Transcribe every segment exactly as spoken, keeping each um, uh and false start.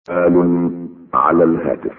سؤال على الهاتف،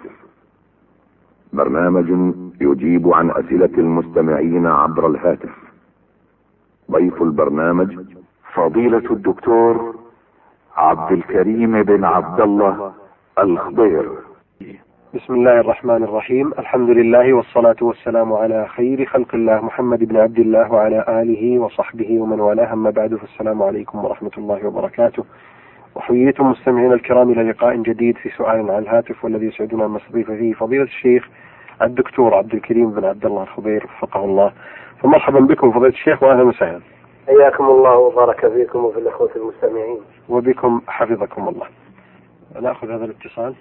برنامج يجيب عن أسئلة المستمعين عبر الهاتف. ضيف البرنامج فضيلة الدكتور عبد الكريم بن عبد الله الخضير. بسم الله الرحمن الرحيم. الحمد لله والصلاة والسلام على خير خلق الله محمد بن عبد الله وعلى آله وصحبه ومن والاه، أما بعد، فالسلام عليكم ورحمة الله وبركاته. وحييتم مستمعين الكرام إلى لقاء جديد في سؤال على الهاتف، والذي يسعدنا أن نستضيف فيه فضيلة الشيخ الدكتور عبد الكريم بن عبد الله الخضير وفقه الله. فمرحبا بكم فضيلة الشيخ وأهلا وسهلا. حياكم الله وبارك فيكم وفي الأخوة المستمعين. وبكم حفظكم الله. نأخذ هذا الاتصال.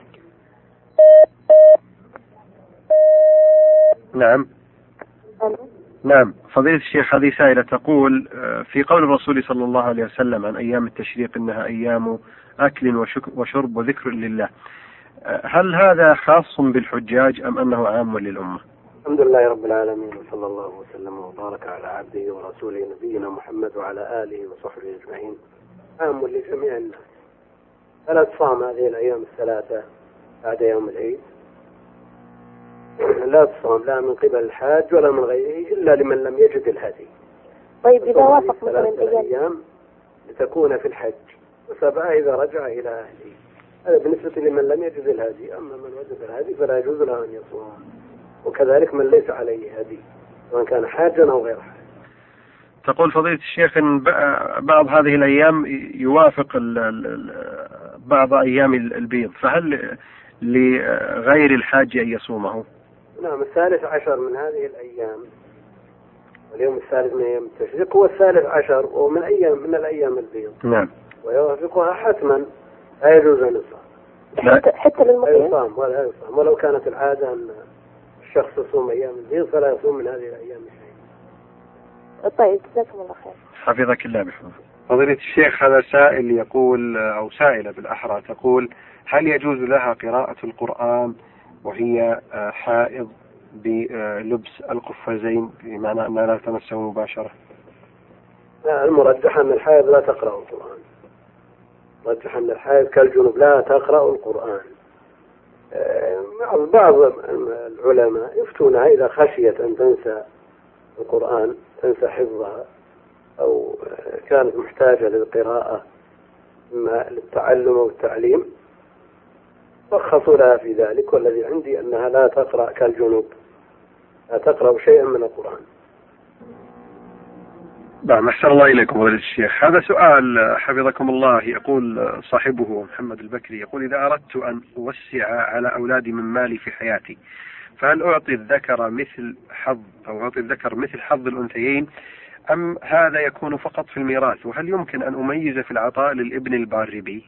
نعم نعم فضيلة الشيخ، هذه سائلة تقول: في قول الرسول صلى الله عليه وسلم عن أيام التشريق إنها أيام أكل وشرب وذكر لله، هل هذا خاص بالحجاج أم أنه عام للأمة؟ الحمد لله رب العالمين، وصلى الله وسلم وبارك على عبده ورسوله نبينا محمد وعلى آله وصحبه أجمعين. عام لجميع الناس. فلا تصام هذه الأيام الثلاثة بعد يوم العيد، لا تصام لا من قبل الحاج ولا من غيره إلا لمن لم يجد الهدي. طيب إذا وافق مثلا الأيام لتكون في الحج، وسبعة إذا رجع إلى أهله. هذا بالنسبة لمن لم يجد الهدي. أما من وجد الهدي فلا يجوز له أن يصوم، وكذلك من ليس عليه هدي سواء كان حاجا أو غير حاج. تقول فضيلة الشيخ إن بعض هذه الأيام يوافق بعض أيام البيض، فهل لغير الحاج أن يصومه؟ نعم، الثالث عشر من هذه الأيام، واليوم الثالث من أيام التشريق هو الثالث عشر ومن أيام من الأيام البيض. نعم. ويوافقها حتما لا يجوز أن يصام حتى, حتى للمقيم؟ لا يصام ولا يصام، ولو كانت العادة أن الشخص يصوم أيام البيض فلا يصوم من هذه الأيام شيء. طيب جزاكم الله خير. حفظك الله بحفظه. فضيلة الشيخ، هذا سائل يقول، أو سائلة بالأحرى تقول: هل يجوز لها قراءة القرآن وهي حائض بلبس القفازين، بمعنى أنها لا تمسه مباشرة؟ لا، المرجح أن الحائض لا تقرأ القرآن. المرجح أن الحائض كالجنوب لا تقرأ القرآن. بعض العلماء يفتونها إذا خشيت أن تنسى القرآن، تنسى حفظها، أو كانت محتاجة للقراءة إما للتعلم والتعليم، رخصوا لها في ذلك. والذي عندي أنها لا تقرأ كالجنوب، لا تقرأ شيئا من القرآن. نعم، أحسن الله إليكم فضيلة الشيخ. هذا سؤال حفظكم الله، يقول صاحبه محمد البكري، يقول: إذا أردت أن أوسع على أولادي من مالي في حياتي، فهل أعطي الذكر مثل حظ أو أعطي الذكر مثل حظ الأنثيين، أم هذا يكون فقط في الميراث؟ وهل يمكن أن أميز في العطاء للابن البار بي؟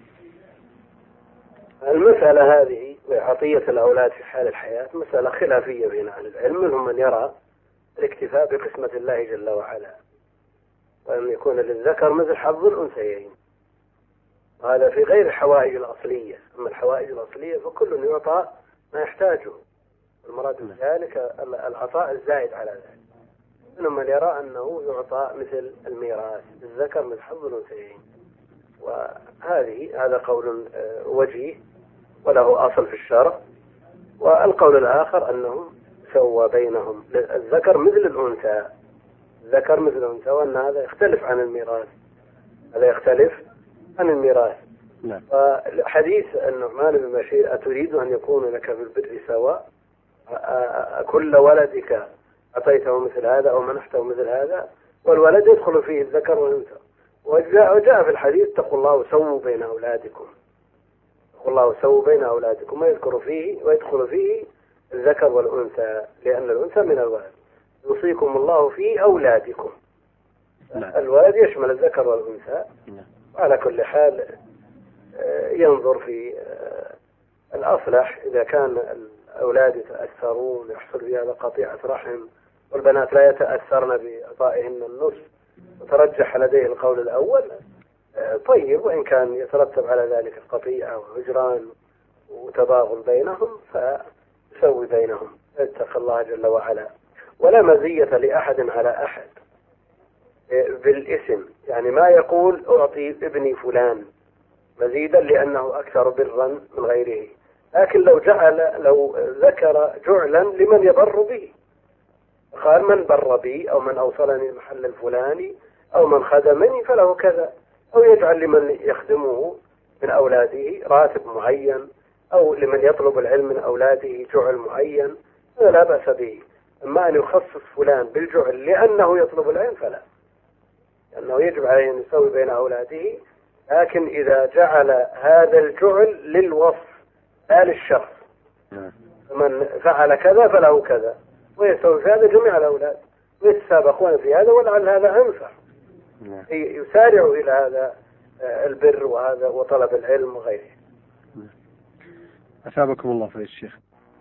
المسألة هذه عطية الأولاد في حال الحياة مسألة خلافية بين أهل العلم. منهم من يرى الاكتفاء بقسمة الله جل وعلا، وأن يكون للذكر مثل حظ الأنثيين. هذا في غير الحوائج الأصلية. أما الحوائج الأصلية فكل يعطى ما يحتاجه، المراد من ذلك العطاء الزائد على ذلك. منهم من يرى أنه يعطى مثل الميراث للذكر مثل حظ الأنثيين، وهذه هذا قول وجيه وله أصل في الشرع. والقول الآخر أنه سوى بينهم، الذكر مثل الأنثى، الذكر مثل الأنثى، وأن هذا يختلف عن الميراث، هذا يختلف عن الميراث. نعم. فحديث النعمان بن بشير: أتريد أن يكون لك في البر سواء، كل ولدك أعطيته مثل هذا أو منحته مثل هذا، والولد يدخل فيه الذكر والأنثى. وجاء, وجاء في الحديث: اتقوا الله وسووا بين أولادكم، اتقوا الله وسووا بين أولادكم، ويذكر فيه ويدخل فيه الذكر والأنثى، لأن الأنثى من الولد. يوصيكم الله في أولادكم. نعم. الولد يشمل الذكر والأنثى. نعم. وعلى كل حال ينظر في الأصلح. إذا كان الأولاد يتأثرون يحصل بهذا قطيعة رحم، والبنات لا يتأثرن بإعطائهن النصف، وترجح لديه القول الأول، طيب. وإن كان يترتب على ذلك القطيعة وهجران وتباغض بينهم، فسوي بينهم، اتق الله جل وعلا. ولا مزية لأحد على أحد بالاسم، يعني ما يقول أعطي ابني فلان مزيدا لأنه أكثر برا من غيره. لكن لو جعل لو ذكر جعلا لمن يبر به، قال من بر بي أو من أوصلني المحل الفلاني أو من خدمني فله كذا، أو يجعل لمن يخدمه من أولاده راتب معين، أو لمن يطلب العلم من أولاده جعل معين، هذا لا بأس به. أما أن يخصص فلان بالجعل لأنه يطلب العلم فلا، لأنه يجب عليه أن يسوي بين أولاده. لكن إذا جعل هذا الجعل للوصف لا للشخص، من فعل كذا فله كذا، ويسوي في هذا جميع الأولاد ويتسابقون في هذا، ولعل هذا أنفع يسارع إلى هذا البر وهذا وطلب العلم وغيره. أثابكم الله في الشيخ.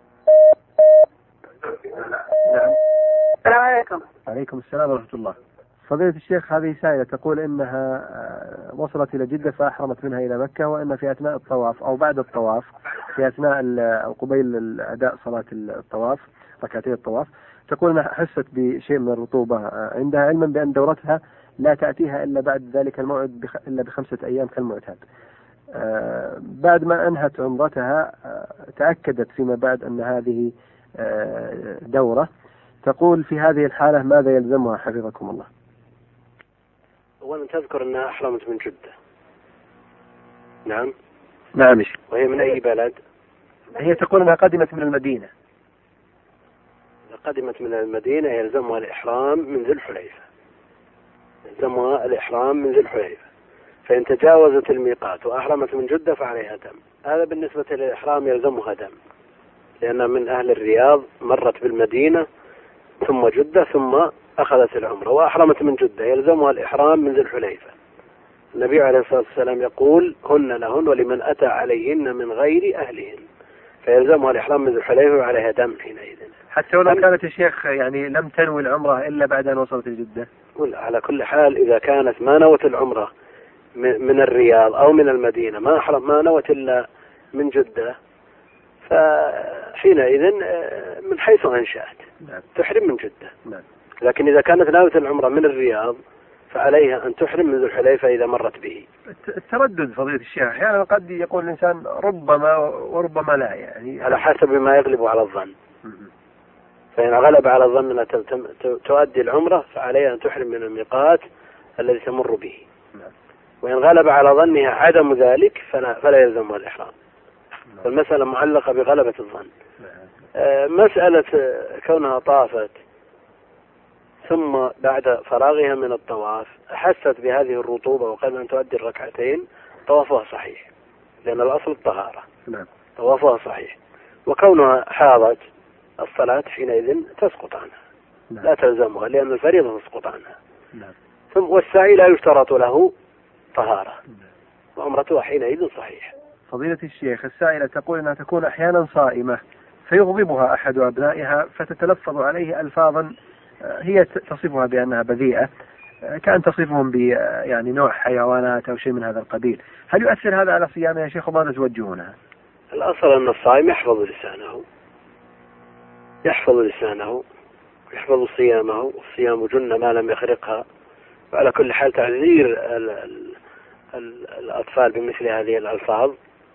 نعم. السلام عليكم. عليكم السلام ورحمة الله. فضيلة الشيخ، هذه سائلة تقول إنها وصلت إلى جدة فأحرمت منها إلى مكة، وإن في أثناء الطواف أو بعد الطواف في أثناء أو قبيل أداء صلاة الطواف ركعتي الطواف، تقول أنها حست بشيء من الرطوبة عندها، علما بأن دورتها لا تأتيها إلا بعد ذلك الموعد بخ... إلا بخمسة أيام كالمعتاد. آه بعد ما أنهت عمرتها آه تأكدت فيما بعد أن هذه آه دورة. تقول في هذه الحالة ماذا يلزمها حفظكم الله؟ أولا تذكر أنها أحرمت من جدة. نعم. نعم. وهي من أي بلد؟ هي تقول أنها قدمت من المدينة. قدمت من المدينة يلزمها الإحرام من ذي الحليفة، يلزمها الإحرام من ذي الحليفة. فإن تجاوزت الميقات وأحرمت من جدة فعليها دم. هذا بالنسبة للإحرام يلزمها دم، لأنها من أهل الرياض، مرت بالمدينة ثم جدة ثم أخذت العمرة وأحرمت من جدة، يلزمها الإحرام من ذي الحليفة. النبي عليه الصلاة والسلام يقول هن لهن ولمن أتى عليهن من غير أهلهن، فيلزمها الإحرام من ذي الحليفة وعليها دم حينئذ. حتى ولو كانت الشيخ يعني لم تنوي العمرة إلا بعد أن وصلت الجدة؟ على كل حال إذا كانت ما نوت العمرة من الرياض أو من المدينة، ما أحرم ما نوت إلا من جدة، فحينئذ من حيث أنشأت تحرم من جدة. لكن إذا كانت ناوية العمرة من الرياض فعليها أن تحرم من ذو الحليفة إذا مرت به. التردد فضيلة الشيخ أحيانا قد يقول الإنسان ربما وربما لا، يعني على حسب ما يغلب على الظن. فإن غلب على الظن أنها تؤدي العمرة فعليها أن تحرم من الميقات الذي تمر به. وإن غلب على ظنها عدم ذلك فلا, فلا يلزمها الإحرام. فالمسألة معلقة بغلبة الظن. مسألة كونها طافت ثم بعد فراغها من الطواف أحست بهذه الرطوبة وقبل أن تؤدي الركعتين، طوافها صحيح، لأن الأصل الطهارة. طوافها صحيح. وكونها حاضت الصلاة حينئذ تسقط عنها، لا تلزمها، لأن الفريضة تسقط عنها. ثم والسعي لا يشترط له طهارة، وعمرتها حينئذ صحيح. فضيلة الشيخ، السائلة تقول أنها تكون أحيانا صائمة فيغضبها أحد أبنائها فتتلفظ عليه ألفاظا هي تصفها بأنها بذيئة، كأن تصفهم ب يعني نوع حيوانات أو شيء من هذا القبيل. هل يؤثر هذا على صيامها يا شيخ وما توجهونها؟ الأصل أن الصائم يحفظ لسانه، يحفظ لسانه يحفظ صيامه، والصيام جنة ما لم يخرقها. وعلى كل حال تعذير ال ال ال الأطفال بمثل هذه الألفاظ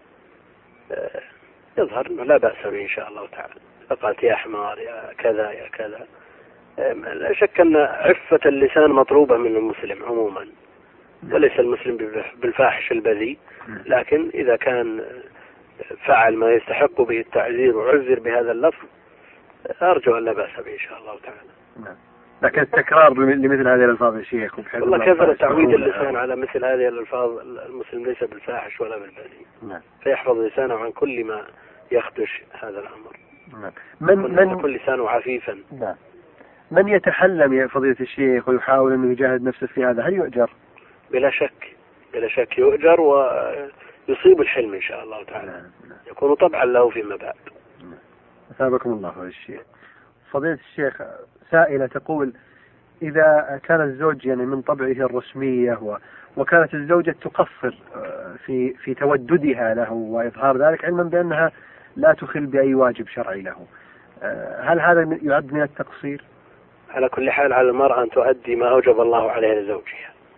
يظهر أنه لا بأس به إن شاء الله تعالى. فقالت يا حمار يا كذا يا كذا، لا شك أن عفة اللسان مطلوبة من المسلم عموما، وليس المسلم بالفاحش البذيء، لكن إذا كان فعل ما يستحق به التعذير وعذر بهذا اللفظ أرجو أن لا بأس به إن شاء الله تعالى. نعم. لكن التكرار لمثل هذه الألفاظ يا شيخ، والله كثرة تعويد اللسان على مثل هذه الألفاظ، المسلم ليس بالفاحش ولا بالبذيء. نعم. فيحفظ لسانه عن كل ما يخدش هذا الأمر. نعم. من من يكون لسانه عفيفا. نعم. من يتحلم يا فضيلة الشيخ ويحاول أن يجاهد نفسه في هذا هل يؤجر؟ بلا شك بلا شك يؤجر ويصيب الحلم إن شاء الله تعالى. نعم. يكون طبعا له فيما بعد. نعم. أثابكم الله فضيلة الشيخ. فضيلة الشيخ، سائلة تقول إذا كان الزوج يعني من طبعه الرسمية و وكانت الزوجة تقصر في في توددها له وإظهار ذلك علما بأنها لا تخل بأي واجب شرعي له، هل هذا يعد من التقصير؟ على كل حال على المرأة أن تؤدي ما أوجب الله عليها لزوجها،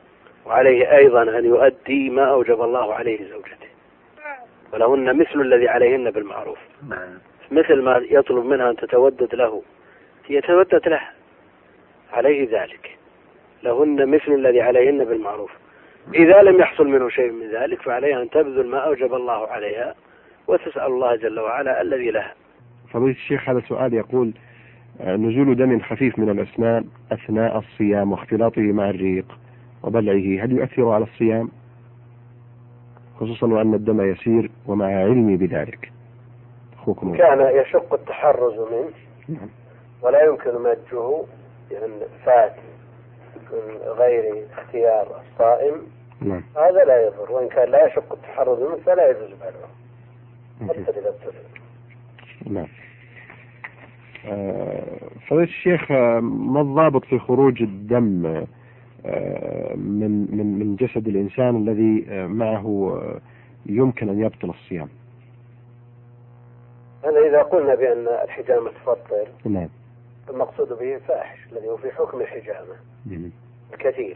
وعليه أيضا أن يؤدي ما أوجب الله عليه زوجته، ولهن مثل الذي عليهن بالمعروف، مثل ما يطلب منها أن تتودد له يتودد له، عليه ذلك، لهن مثل الذي عليهن بالمعروف. إذا لم يحصل منه شيء من ذلك فعليها أن تبذل ما أوجب الله عليها وتسأل الله جل وعلا الذي لها. فضيلة الشيخ هذا سؤال يقول: نزول دم خفيف من الأسنان أثناء الصيام واختلاطه مع الريق وبلعه هل يؤثر على الصيام؟ خصوصا وأن الدم يسير ومع علمي بذلك. أخوكم كان يشق التحرز منه ولا يمكن مجه لأن فات من غير اختيار الصائم، نعم. هذا لا يضر، وإن كان لا يشق التحرز منه فلا يجوز بلعه حتى إذا ابتدأ. نعم. فضيلة الشيخ، ما الضابط في خروج الدم من من من جسد الإنسان الذي معه يمكن أن يبطل الصيام؟ أنا إذا قلنا بأن الحجامة تفطر، نعم، المقصود به فاحش الذي هو في حكم الحجامة مم. الكثير،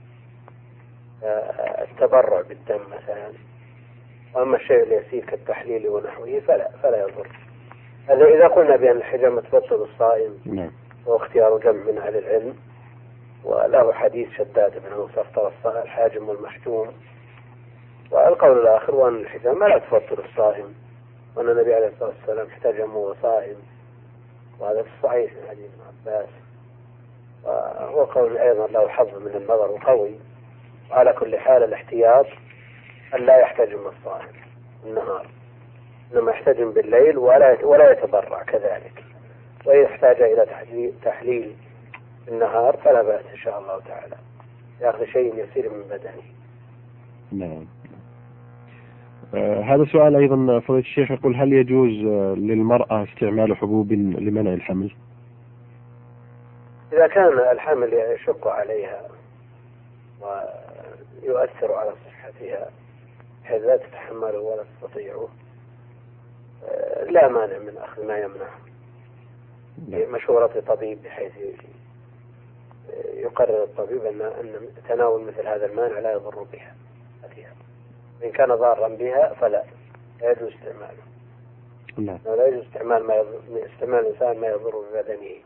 التبرع بالدم مثلا، وأما الشيء اليسير كالتحليل ونحوه فلا فلا يضر. هذا إذا قلنا بأن الحجامة تفطر الصائم، نعم، واختيار جمع من أهل العلم، وله حديث شداد بن أوس أفطر الحاجم والمحجوم. والقول الآخر وأن الحجامة لا تفطر الصائم، وأن النبي عليه الصلاة والسلام احتجم وهو صائم، وهذا في الصحيح من حديث ابن عباس، وهو قول أيضا له حظ من النظر وقوي. وعلى كل حال الاحتياط أن لا يحتجم الصائم النهار، إنما يحتجم بالليل ولا ولا يتبرع كذلك. وإذا احتاج إلى تحليل النهار فلا بأس إن شاء الله تعالى يأخذ شيء يسير من بدنه. نعم. آه هذا سؤال أيضا فضيلة الشيخ يقول: هل يجوز للمرأة استعمال حبوب لمنع الحمل؟ إذا كان الحمل يشق عليها ويؤثر على صحتها بحيث لا تتحمله ولا تستطيعه آه لا مانع من أخذ ما يمنعه بمشورة طبيب، بحيث يقرر الطبيب أن أن تناول مثل هذا المانع لا يضر بها. إن كان ضارا بها فلا لا يجوز استعماله. نعم. لا يجوز استعمال ما يضر استعمال الإنسان ما يضر ببدنه.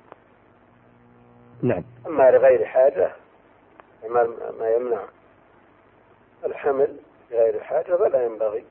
نعم. أما لغير حاجة استعمال ما يمنع الحمل لغير حاجة فلا ينبغي.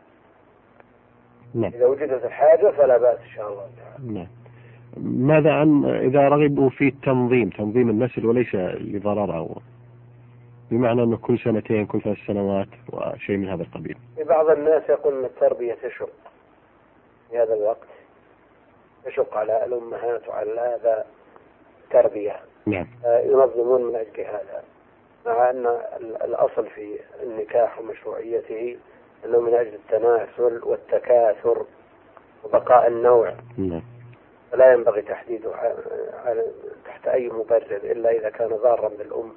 نعم. إذا وجدت الحاجة فلا بأس إن شاء الله تعالى. نعم. ماذا عن إذا رغبوا في التنظيم تنظيم النسل وليس لضرره، بمعنى أنه كل سنتين كل ثلاث سنوات وشيء من هذا القبيل؟ بعض الناس يقول أن التربية تشق في هذا الوقت، تشق على الأمهات وعلى هذا تربية. نعم. ينظمون من أجل هذا، مع أن الأصل في النكاح ومشروعيته أنه من أجل التناسل والتكاثر وبقاء النوع. نعم. فلا ينبغي تحديده تحت أي مبرر إلا إذا كان ضارا بالأم.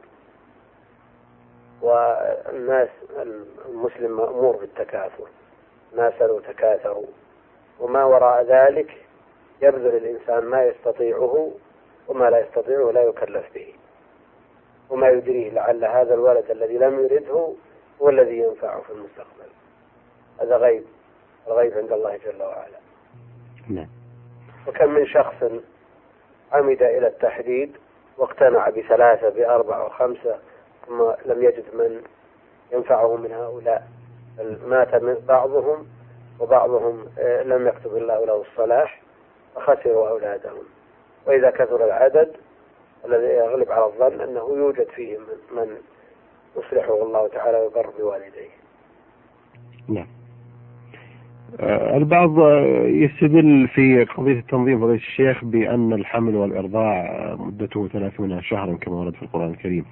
والناس المسلم مأمور بالتكاثر، ناسلوا تكاثروا، وما وراء ذلك يبذل الإنسان ما يستطيعه، وما لا يستطيعه لا يكلف به، وما يدريه لعل هذا الولد الذي لم يرده هو الذي ينفعه في المستقبل. هذا غيب، الغيب عند الله جل وعلا. نعم. وكم من شخص عمد إلى التحديد واقتنع بثلاثة بأربعة وخمسة ثم لم يجد من ينفعه من هؤلاء، مات من بعضهم وبعضهم لم يكتب الله له الصلاح فخسروا أولادهم. وإذا كثر العدد الذي يغلب على الظن أنه يوجد فيه من يصلحه الله تعالى ويبر بوالديه. نعم. البعض يستدل في قضية التنظيم فضيلة الشيخ بأن الحمل والإرضاع مدته ثلاثون شهرا كما ورد في القرآن الكريم،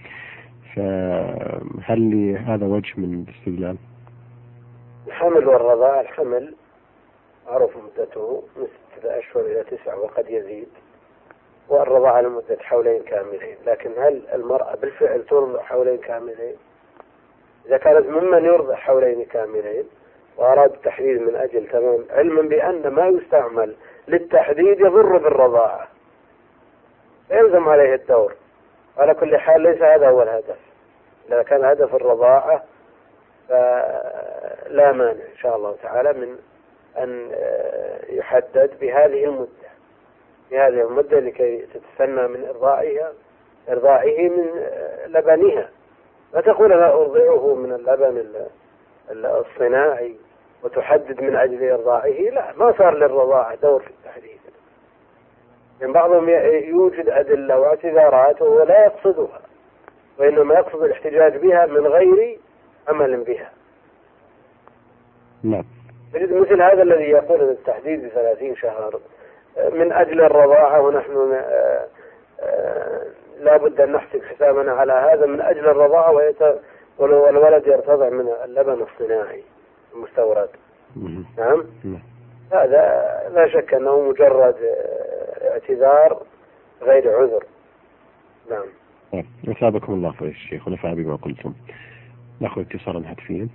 فهل لهذا وجه من الاستدلال؟ الحمل والرضاع، الحمل معروف مدته من ستة أشهر إلى تسعة وقد يزيد، والرضاعة لمدة حولين كاملين. لكن هل المرأة بالفعل ترضع حولين كاملين؟ إذا كانت ممن يرضع حولين كاملين وأراد التحديد من أجل تمام، علما بأن ما يستعمل للتحديد يضر بالرضاعة، يلزم عليه الدور. على كل حال ليس هذا هو الهدف، إذا كان هدف الرضاعة فلا مانع إن شاء الله تعالى من أن يحدد بهذه المدة بهذه المدة لكي تتسنى من إرضاعها إرضاعه من لبنها. لا تقول أنا أرضعه من اللبن الصناعي وتحدد من أجل إرضاعه، لا، ما صار للرضاعة دور في التحديد. من بعضهم يوجد أدلة واعتذارات وهو لا يقصدها، وإنما يقصد الاحتجاج بها من غير عمل بها. نعم. مثل هذا الذي يقول أن التحديد بثلاثين شهر من أجل الرضاعة، ونحن لا بد أن نحسب حسابنا على هذا من أجل الرضاعة، والولد يرتضع من اللبن الصناعي المستورد. نعم. هذا لا شك أنه مجرد اعتذار غير عذر. نعم. أثابكم الله خير الشيخ ونفع بما قلتم. نأخذ اتصالا هاتفيا.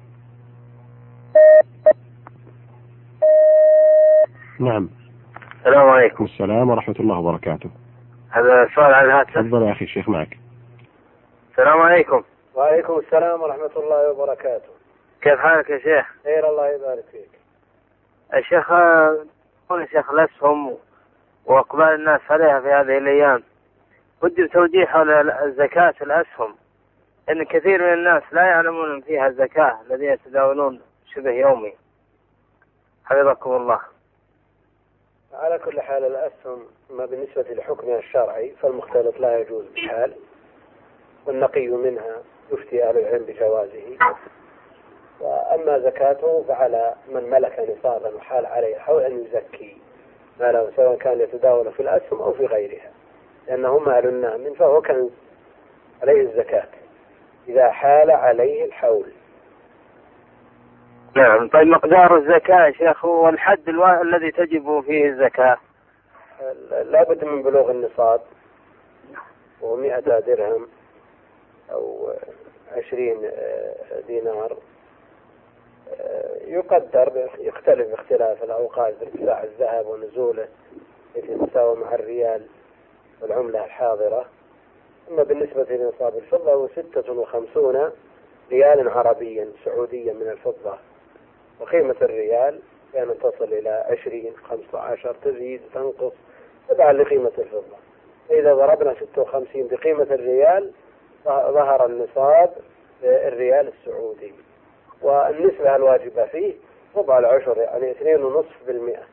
نعم. السلام عليكم. السلام ورحمة الله وبركاته. هذا سؤال على الهاتف. تفضل يا أخي الشيخ معك. السلام عليكم. وعليكم السلام ورحمة الله وبركاته. كيف حالك يا شيخ؟ خير الله يبارك فيك. الشيخ يقول شيخ الأسهم وإقبال الناس عليها في هذه الأيام، ودي توجيه حول الزكاة الأسهم، إن كثير من الناس لا يعلمون فيها الزكاة الذين يتداولون شبه يومي. حفظكم الله. على كل حال الأسهم ما بالنسبة لحكمها الشرعي فالمختلط لا يجوز بحال، والنقي منها يفتي أهل العلم بجوازه. وأما زكاته فعلى من ملك نصابا وحال عليه حول أن يزكي ماله، سواء كان يتداول في الأسهم أو في غيرها، لأنه مال نام فهو كنز عليه الزكاة إذا حال عليه الحول. نعم. طيب مقدار الزكاة يا شيخ والحد الوا... الذي تجب فيه الزكاة؟ لا بد من بلوغ النصاب، ومئة درهم أو عشرين دينار. يقدر يختلف باختلاف الأوقات بارتفاع الذهب ونزوله التي تساوي مع الريال والعملة الحاضرة. أما بالنسبة لنصاب الفضة هو ستة وخمسون ريالا عربيا سعوديا من الفضة، وقيمة الريال كانت تصل إلى عشرين خمسة عشر، تزيد تنقص تبعا لقيمة الفضة. إذا ضربنا ستة وخمسين بقيمة الريال ظهر النصاب الريال السعودي، والنسبة الواجبة فيه ربع العشر يعني اثنين ونصف بالمئة.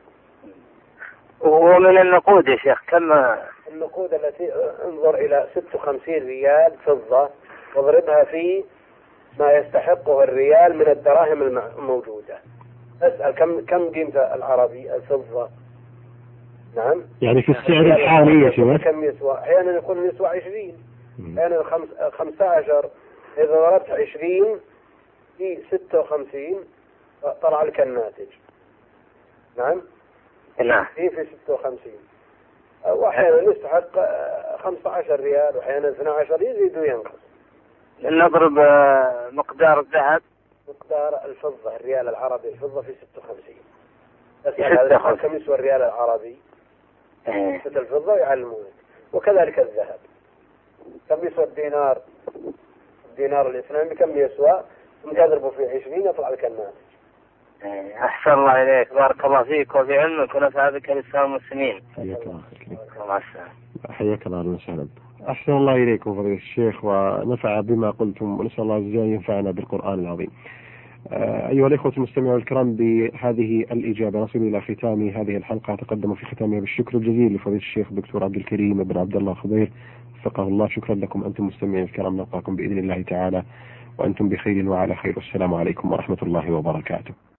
ومن النقود يا شيخ كم؟ النقود التي انظر إلى ستة وخمسين ريال فضة واضربها في ما يستحقه الريال من الدراهم الموجودة. اسأل كم كم قيمة العربي الفضة. نعم. يعني في السعر الحالي يا شيخ كم يسوى؟ أحيانا يكون يسوى عشرين، أحيانا خمس خمسة عشر. إذا ضربت عشرين في ستة وخمسين طلع لك الناتج. نعم. نعم. في في ستة وخمسين، وأحيانا يستحق خمسة عشر ريال وأحيانا اثني عشر، يزيد وينقص. نضرب مقدار الذهب. مقدار الفضة الريال العربي الفضة في ستة وخمسين. أسأل كم يسوى الريال العربي مثل الفضة يعلمونك. وكذلك الذهب كم يسوى الدينار، الدينار الإسلامي كم يسوى، نضربه في عشرين يطلع لك الناتج. أحسن الله إليك، بارك الله فيك وفي علمك ونفع بك الإسلام والمسلمين. حياك الله. مع السلامة. حياك الله وسهلا. أحسن الله إليكم فضيلة الشيخ ونفع بما قلتم، ونسأل الله عز وجل ينفعنا بالقرآن العظيم. أيها الإخوة المستمعون الكرام، بهذه الإجابة نصل إلى ختام هذه الحلقة. تقدم في ختامها بالشكر الجزيل لفضيلة الشيخ الدكتور عبد الكريم بن عبد الله الخضير، وفقه الله. شكرا لكم أنتم مستمعين الكرام، نلقاكم بإذن الله تعالى وأنتم بخير وعلى خير. والسلام عليكم ورحمة الله وبركاته.